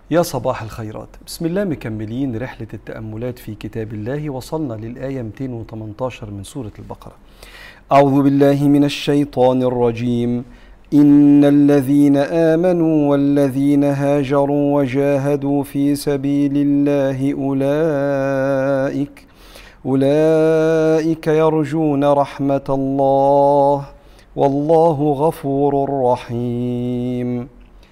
يا صباح الخيرات. بسم الله، مكملين رحلة التأملات في كتاب الله. وصلنا للآية 218 من سورة البقرة. أعوذ بالله من الشيطان الرجيم. إن الذين آمنوا والذين هاجروا وجاهدوا في سبيل الله أولئك يرجون رحمة الله والله غفور رحيم.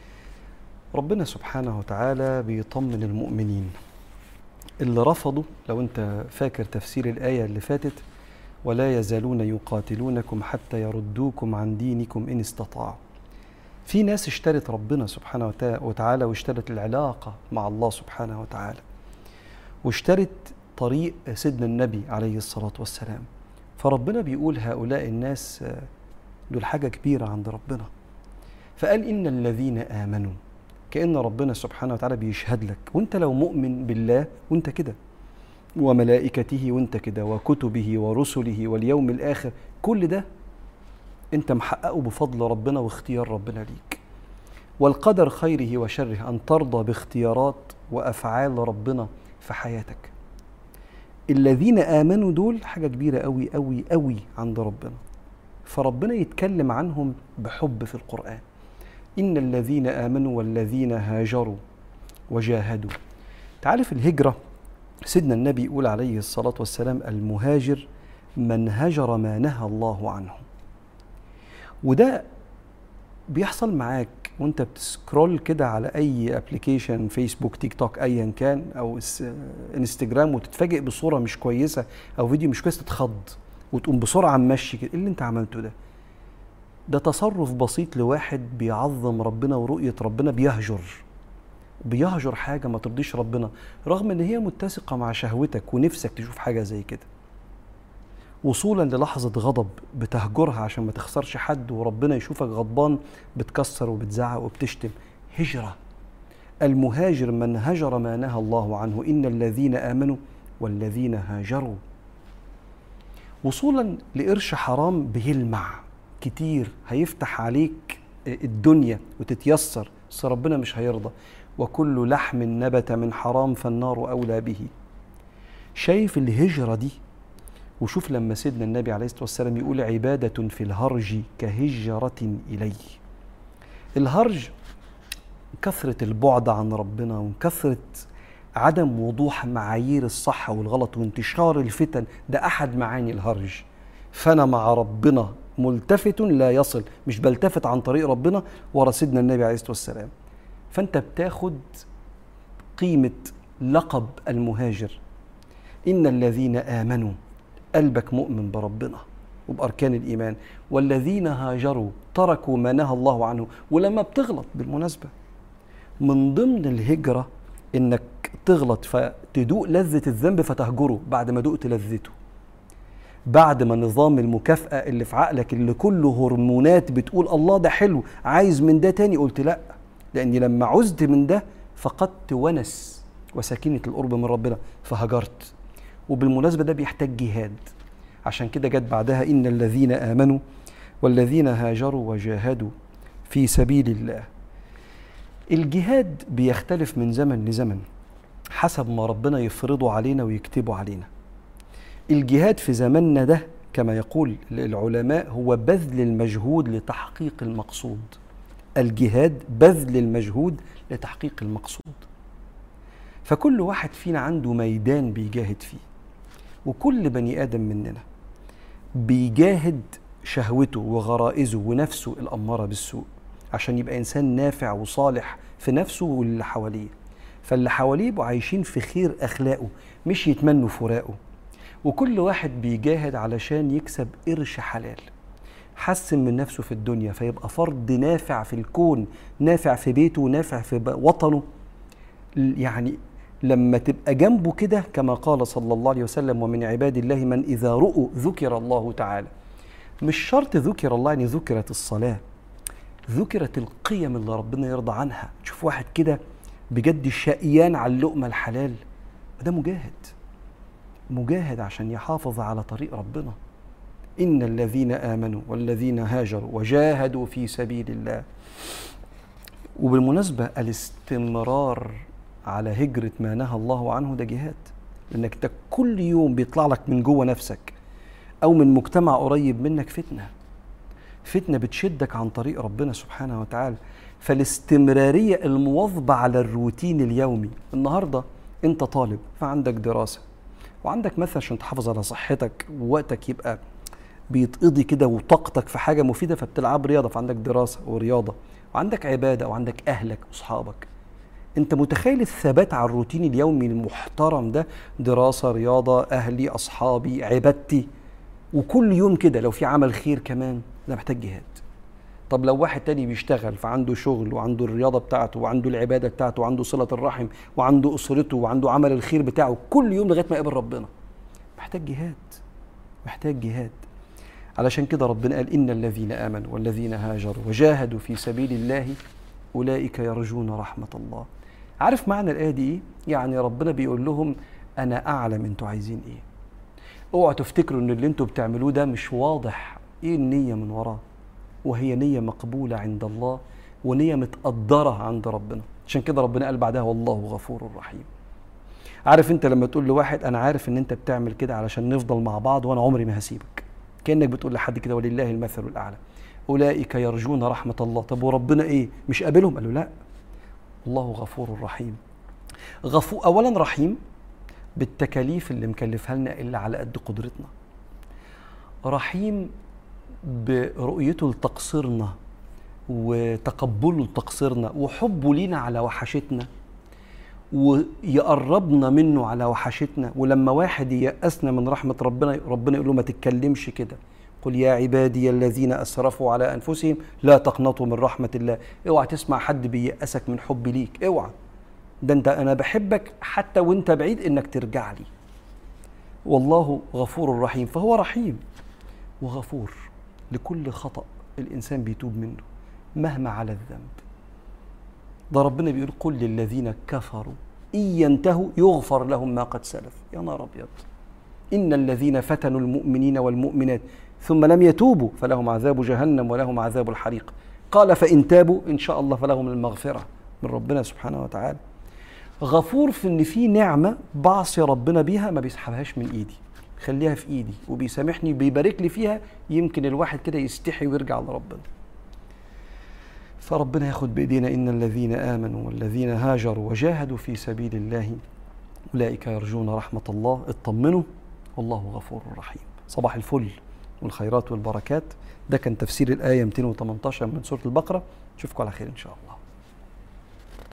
ربنا سبحانه وتعالى بيطمن المؤمنين اللي رفضوا. لو انت فاكر تفسير الآية اللي فاتت: ولا يزالون يقاتلونكم حتى يردوكم عن دينكم إن استطاعوا. في ناس اشترت ربنا سبحانه وتعالى، واشترت العلاقة مع الله سبحانه وتعالى، واشترت طريق سيدنا النبي عليه الصلاة والسلام. فربنا بيقول هؤلاء الناس دول حاجة كبيرة عند ربنا. فقال إن الذين آمنوا، كأن ربنا سبحانه وتعالى بيشهد لك. وانت لو مؤمن بالله وانت كده، وملائكته وانت كده، وكتبه ورسله واليوم الآخر، كل ده انت محققه بفضل ربنا واختيار ربنا ليك. والقدر خيره وشره، أن ترضى باختيارات وأفعال ربنا في حياتك. الذين آمنوا دول حاجة كبيرة قوي قوي قوي عند ربنا. فربنا يتكلم عنهم بحب في القرآن: إن الذين آمنوا والذين هاجروا وجاهدوا. تعرف الهجرة، سيدنا النبي يقول عليه الصلاة والسلام: المهاجر من هجر ما نهى الله عنه. وده بيحصل معاك وانت بتسكرول كده على اي ابليكيشن، فيسبوك، تيك توك، ايا كان، او انستجرام، وتتفاجئ بصورة مش كويسة او فيديو مش كويس، تتخض وتقوم بسرعة ماشي كده. ايه اللي انت عملته ده؟ ده تصرف بسيط لواحد بيعظم ربنا ورؤية ربنا، بيهجر حاجة ما ترضيش ربنا، رغم ان هي متسقة مع شهوتك ونفسك تشوف حاجة زي كده، وصولا للحظة غضب بتهجرها عشان ما تخسرش حد، وربنا يشوفك غضبان بتكسر وبتزعق وبتشتم. هجرة. المهاجر من هجر ما نهى الله عنه. إن الذين آمنوا والذين هاجروا. وصولا لقرش حرام بيلمع كتير، هيفتح عليك الدنيا وتتيسر، بس ربنا مش هيرضى. وكل لحم نبت من حرام فالنار أولى به. شايف الهجرة دي؟ وشوف لما سيدنا النبي عليه الصلاة والسلام يقول: عبادة في الهرج كهجرة إليه. الهرج كثرة البعد عن ربنا، وكثرة عدم وضوح معايير الصح والغلط، وانتشار الفتن، ده أحد معاني الهرج. فأنا مع ربنا ملتفت لا يصل، مش بلتفت عن طريق ربنا ورا سيدنا النبي عليه الصلاة والسلام. فأنت بتاخد قيمة لقب المهاجر. إن الذين آمنوا، قلبك مؤمن بربنا وبأركان الإيمان، والذين هاجروا تركوا ما نهى الله عنه. ولما بتغلط، بالمناسبة، من ضمن الهجرة إنك تغلط فتدوق لذة الذنب فتهجره بعد ما دقت لذته، بعد ما نظام المكافأة اللي في عقلك اللي كله هرمونات بتقول الله ده حلو عايز من ده تاني، قلت لأ، لأني لما عزت من ده فقدت ونس وسكينة القرب من ربنا فهجرت. وبالمناسبة ده بيحتاج جهاد، عشان كده جت بعدها: إن الذين آمنوا والذين هاجروا وجاهدوا في سبيل الله. الجهاد بيختلف من زمن لزمن حسب ما ربنا يفرضه علينا ويكتبه علينا. الجهاد في زمننا ده كما يقول العلماء هو بذل المجهود لتحقيق المقصود. الجهاد بذل المجهود لتحقيق المقصود. فكل واحد فينا عنده ميدان بيجاهد فيه، وكل بني آدم مننا بيجاهد شهوته وغرائزه ونفسه الأمارة بالسوء عشان يبقى إنسان نافع وصالح في نفسه واللي حواليه. فاللي حواليه يبقوا عايشين في خير أخلاقه، مش يتمنوا فراقه. وكل واحد بيجاهد علشان يكسب قرش حلال، حسن من نفسه في الدنيا، فيبقى فرد نافع في الكون، نافع في بيته، نافع في وطنه. يعني لما تبقى جنبه كده، كما قال صلى الله عليه وسلم: ومن عباد الله من إذا رؤوا ذكر الله تعالى. مش شرط ذكر الله يعني ذكرت الصلاة، ذكرت القيم اللي ربنا يرضى عنها. تشوف واحد كده بجد شقيان على اللقمة الحلال، ده مجاهد عشان يحافظ على طريق ربنا. إن الذين آمنوا والذين هاجروا وجاهدوا في سبيل الله وبالمناسبة الاستمرار على هجرة ما نهى الله عنه ده جهاد، لأنك انت كل يوم بيطلع لك من جوه نفسك أو من مجتمع قريب منك فتنة بتشدك عن طريق ربنا سبحانه وتعالى. فالاستمرارية المواظبة على الروتين اليومي. النهاردة انت طالب فعندك دراسة، وعندك مثلا عشان تحافظ على صحتك ووقتك يبقى بيتقضي كده وطاقتك في حاجة مفيدة، فبتلعب رياضة، فعندك دراسة ورياضة، وعندك عبادة وعندك أهلك وأصحابك. انت متخيل الثبات على الروتين اليومي المحترم ده؟ دراسة، رياضة، أهلي، أصحابي، عبادتي، وكل يوم كده لو في عمل خير كمان، ده محتاج جهاد. طب لو واحد تاني بيشتغل فعنده شغل وعنده الرياضة بتاعته وعنده العبادة بتاعته وعنده صلة الرحم وعنده أسرته وعنده عمل الخير بتاعه كل يوم لغاية ما يقابل ربنا، محتاج جهاد. علشان كده ربنا قال إن الذين آمنوا والذين هاجروا وجاهدوا في سبيل الله أولئك يرجون رحمة الله. عارف معنى الآية دي إيه؟ يعني ربنا بيقول لهم أنا أعلم أنتوا عايزين إيه. اوعوا تفتكروا إن اللي أنتوا بتعملوه ده مش واضح إيه النية من وراه، وهي نية مقبولة عند الله ونية متقدرة عند ربنا. عشان كده ربنا قال بعدها والله غفور رحيم. عارف انت لما تقول لواحد انا عارف ان انت بتعمل كده علشان نفضل مع بعض وانا عمري ما هسيبك، كأنك بتقول لحد كده ولله المثل الأعلى. أولئك يرجون رحمة الله. طب وربنا إيه؟ مش قابلهم؟ قالوا لا، الله غفور رحيم. غفور أولا رحيم بالتكاليف اللي مكلفها لنا إلا على قد قدرتنا، رحيم برؤيته لتقصيرنا وتقبله لتقصيرنا وحبه لينا على وحشتنا ويقربنا منه على وحشتنا. ولما واحد ييأسنا من رحمة ربنا، ربنا يقول له ما تتكلمش كده، قل يا عبادي الذين أسرفوا على أنفسهم لا تقنطوا من رحمة الله. اوعى تسمع حد بييأسك من حبي ليك، اوعى، ده أنا بحبك حتى وانت بعيد إنك ترجع لي. والله غفور رحيم. فهو رحيم وغفور لكل خطأ الإنسان بيتوب منه مهما على الذنب. ده ربنا بيقول قل للذين كفروا إن ينتهوا يغفر لهم ما قد سلف. يا نار أبيض، إن الذين فتنوا المؤمنين والمؤمنات ثم لم يتوبوا فلهم عذاب جهنم ولهم عذاب الحريق. قال فإن تابوا إن شاء الله فلهم المغفرة من ربنا سبحانه وتعالى. غفور في إن في نعمة بعصي ربنا بيها ما بيسحبهاش من إيدي، خليها في إيدي وبيسامحني وبيبارك لي فيها. يمكن الواحد كده يستحي ويرجع لربنا. فربنا ياخد بإيدينا إن الذين آمنوا والذين هاجروا وجاهدوا في سبيل الله أولئك يرجون رحمة الله. اطمنوا، والله غفور رحيم. صباح الفل والخيرات والبركات. ده كان تفسير الآية 218 من سورة البقرة. نشوفكم على خير إن شاء الله.